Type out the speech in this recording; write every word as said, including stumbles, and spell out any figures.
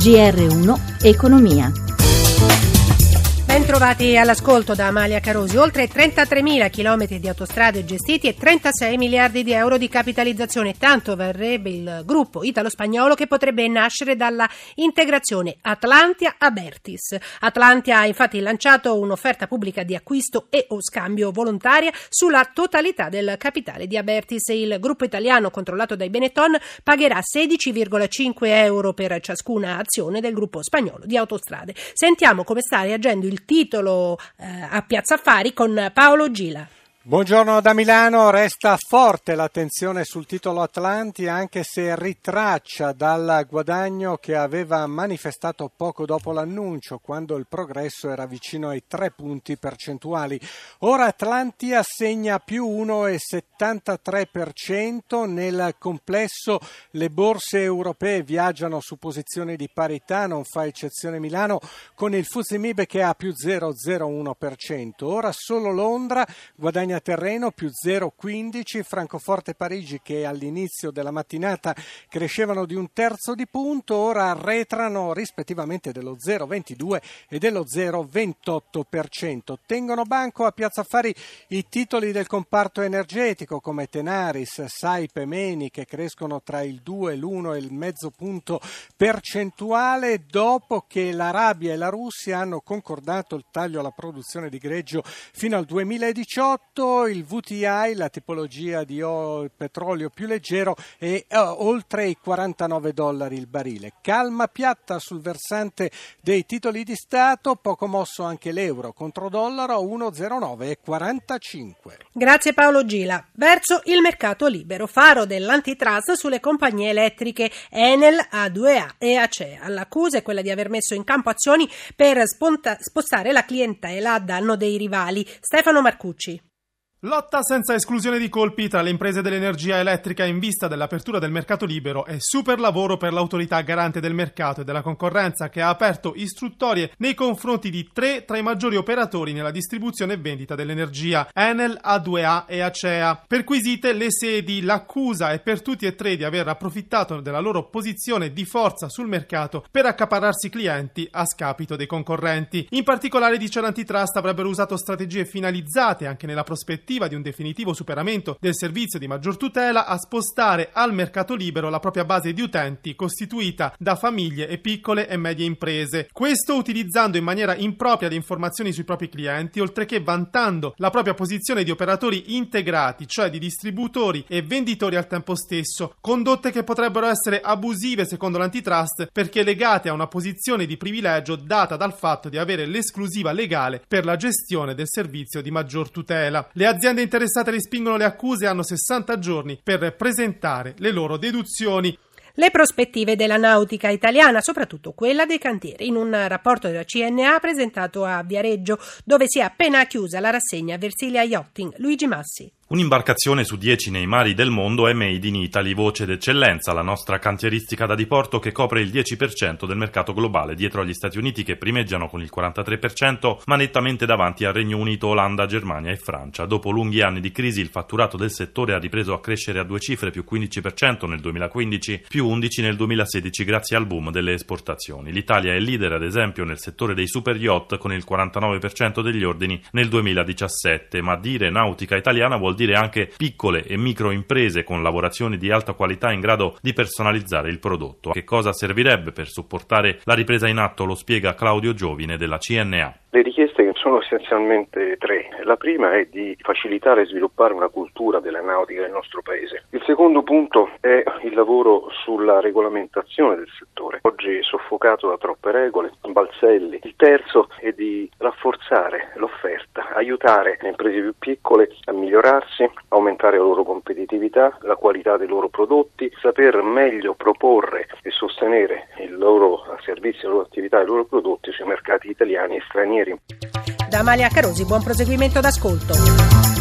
G R uno Economia. Bentrovati all'ascolto da Amalia Carosi. Oltre trentatremila chilometri di autostrade gestiti e trentasei miliardi di euro di capitalizzazione. Tanto varrebbe il gruppo italo-spagnolo che potrebbe nascere dalla integrazione Atlantia-Abertis. Atlantia ha infatti lanciato un'offerta pubblica di acquisto e o scambio volontaria sulla totalità del capitale di Abertis. Il gruppo italiano controllato dai Benetton pagherà sedici virgola cinque euro per ciascuna azione del gruppo spagnolo di autostrade. Sentiamo come sta reagendo il titolo eh, a Piazza Affari con Paolo Gila. Buongiorno da Milano. Resta forte l'attenzione sul titolo Atlantia, anche se ritraccia dal guadagno che aveva manifestato poco dopo l'annuncio, quando il progresso era vicino ai tre punti percentuali. Ora Atlantia segna più uno virgola settantatré per cento. Nel complesso le borse europee viaggiano su posizioni di parità, non fa eccezione Milano, con il F T S E M I B che ha più zero virgola zero uno per cento. Ora solo Londra guadagna terreno più zero virgola quindici, Francoforte e Parigi, che all'inizio della mattinata crescevano di un terzo di punto, ora arretrano rispettivamente dello zero virgola ventidue e dello zero virgola ventotto per cento. Tengono banco a Piazza Affari i titoli del comparto energetico come Tenaris, Saipem, Eni, che crescono tra il due, l'uno e il mezzo punto percentuale dopo che l'Arabia e la Russia hanno concordato il taglio alla produzione di greggio fino al duemiladiciotto. Il V T I, la tipologia di petrolio più leggero, è uh, oltre i quarantanove dollari il barile. Calma piatta sul versante dei titoli di Stato, poco mosso anche l'euro contro dollaro, uno virgola zero nove e quarantacinque. Grazie Paolo Gila. Verso il mercato libero, faro dell'antitrust sulle compagnie elettriche Enel, A due A e Acea. L'accusa è quella di aver messo in campo azioni per sponta- spostare la clientela a danno dei rivali. Stefano Marcucci. Lotta senza esclusione di colpi tra le imprese dell'energia elettrica in vista dell'apertura del mercato libero e super lavoro per l'autorità garante del mercato e della concorrenza, che ha aperto istruttorie nei confronti di tre tra i maggiori operatori nella distribuzione e vendita dell'energia: Enel, A due A e Acea. Perquisite le sedi, l'accusa è per tutti e tre di aver approfittato della loro posizione di forza sul mercato per accaparrarsi clienti a scapito dei concorrenti. In particolare, dice l'antitrust, avrebbero usato strategie finalizzate, anche nella prospettiva di un definitivo superamento del servizio di maggior tutela, a spostare al mercato libero la propria base di utenti costituita da famiglie e piccole e medie imprese. Questo utilizzando in maniera impropria le informazioni sui propri clienti, oltre che vantando la propria posizione di operatori integrati, cioè di distributori e venditori al tempo stesso. Condotte che potrebbero essere abusive secondo l'antitrust, perché legate a una posizione di privilegio data dal fatto di avere l'esclusiva legale per la gestione del servizio di maggior tutela. Le aziende interessate respingono le accuse e hanno sessanta giorni per presentare le loro deduzioni. Le prospettive della nautica italiana, soprattutto quella dei cantieri, in un rapporto della C N A presentato a Viareggio, dove si è appena chiusa la rassegna Versilia Yachting. Luigi Massi. Un'imbarcazione su dieci nei mari del mondo è Made in Italy, voce d'eccellenza, la nostra cantieristica da diporto che copre il dieci per cento del mercato globale, dietro agli Stati Uniti che primeggiano con il quarantatré per cento, ma nettamente davanti al Regno Unito, Olanda, Germania e Francia. Dopo lunghi anni di crisi, il fatturato del settore ha ripreso a crescere a due cifre, più quindici per cento nel duemilaquindici, più undici per cento nel duemilasedici, grazie al boom delle esportazioni. L'Italia è leader, ad esempio, nel settore dei super yacht, con il quarantanove per cento degli ordini nel duemiladiciassette, ma dire nautica italiana vuol dire anche piccole e micro imprese con lavorazioni di alta qualità in grado di personalizzare il prodotto. Che cosa servirebbe per supportare la ripresa in atto? Lo spiega Claudio Giovine della C N A. Le richieste sono essenzialmente tre. La prima è di facilitare e sviluppare una cultura della nautica nel nostro paese. Il secondo punto è il lavoro sulla regolamentazione del settore, oggi soffocato da troppe regole, balzelli. Il terzo è di rafforzare l'offerta, aiutare le imprese più piccole a migliorarsi, aumentare la loro competitività, la qualità dei loro prodotti, saper meglio proporre e sostenere il loro servizio, le loro attività, i loro prodotti sui mercati italiani e stranieri. Da Amalia Carosi, buon proseguimento d'ascolto.